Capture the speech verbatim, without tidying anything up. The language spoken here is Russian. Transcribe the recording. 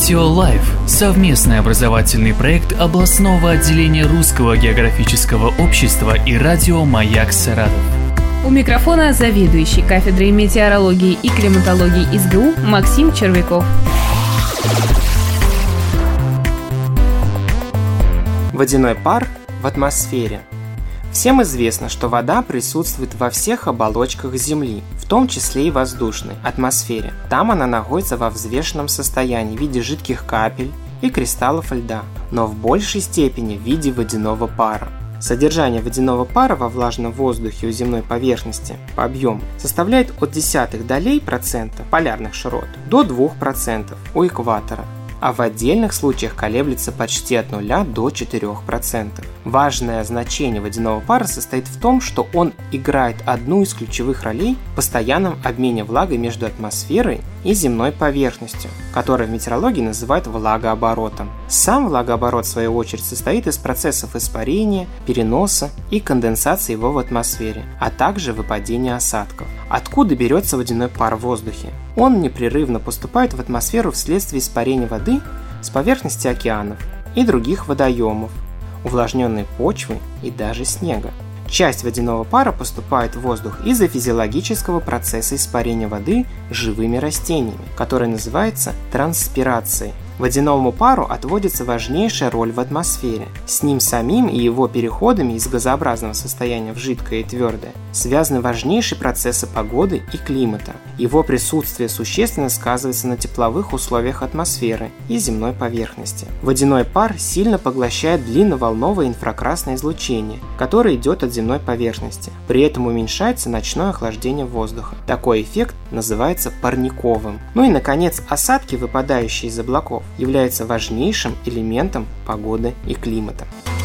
Метеолайф – совместный образовательный проект областного отделения Русского географического общества и радио «Маяк Саратов». У микрофона заведующий кафедрой метеорологии и климатологии ИСГУ Максим Червяков. Водяной пар в атмосфере. Всем известно, что вода присутствует во всех оболочках Земли, в том числе и воздушной атмосфере. Там она находится во взвешенном состоянии в виде жидких капель и кристаллов льда, но в большей степени в виде водяного пара. Содержание водяного пара во влажном воздухе у земной поверхности по объему составляет от десятых долей процента полярных широт до двух процентов у экватора, а в отдельных случаях колеблется почти от нуля до четырёх процентов. Важное значение водяного пара состоит в том, что он играет одну из ключевых ролей в постоянном обмене влагой между атмосферой и земной поверхностью, которое в метеорологии называют влагооборотом. Сам влагооборот, в свою очередь, состоит из процессов испарения, переноса и конденсации его в атмосфере, а также выпадения осадков. Откуда берется водяной пар в воздухе? Он непрерывно поступает в атмосферу вследствие испарения воды с поверхности океанов и других водоемов, увлажненной почвы и даже снега. Часть водяного пара поступает в воздух из-за физиологического процесса испарения воды живыми растениями, который называется транспирацией. Водяному пару отводится важнейшая роль в атмосфере. С ним самим и его переходами из газообразного состояния в жидкое и твердое связаны важнейшие процессы погоды и климата. Его присутствие существенно сказывается на тепловых условиях атмосферы и земной поверхности. Водяной пар сильно поглощает длинноволновое инфракрасное излучение, которое идет от земной поверхности. При этом уменьшается ночное охлаждение воздуха. Такой эффект называется парниковым. Ну и, наконец, осадки, выпадающие из облаков, является важнейшим элементом погоды и климата.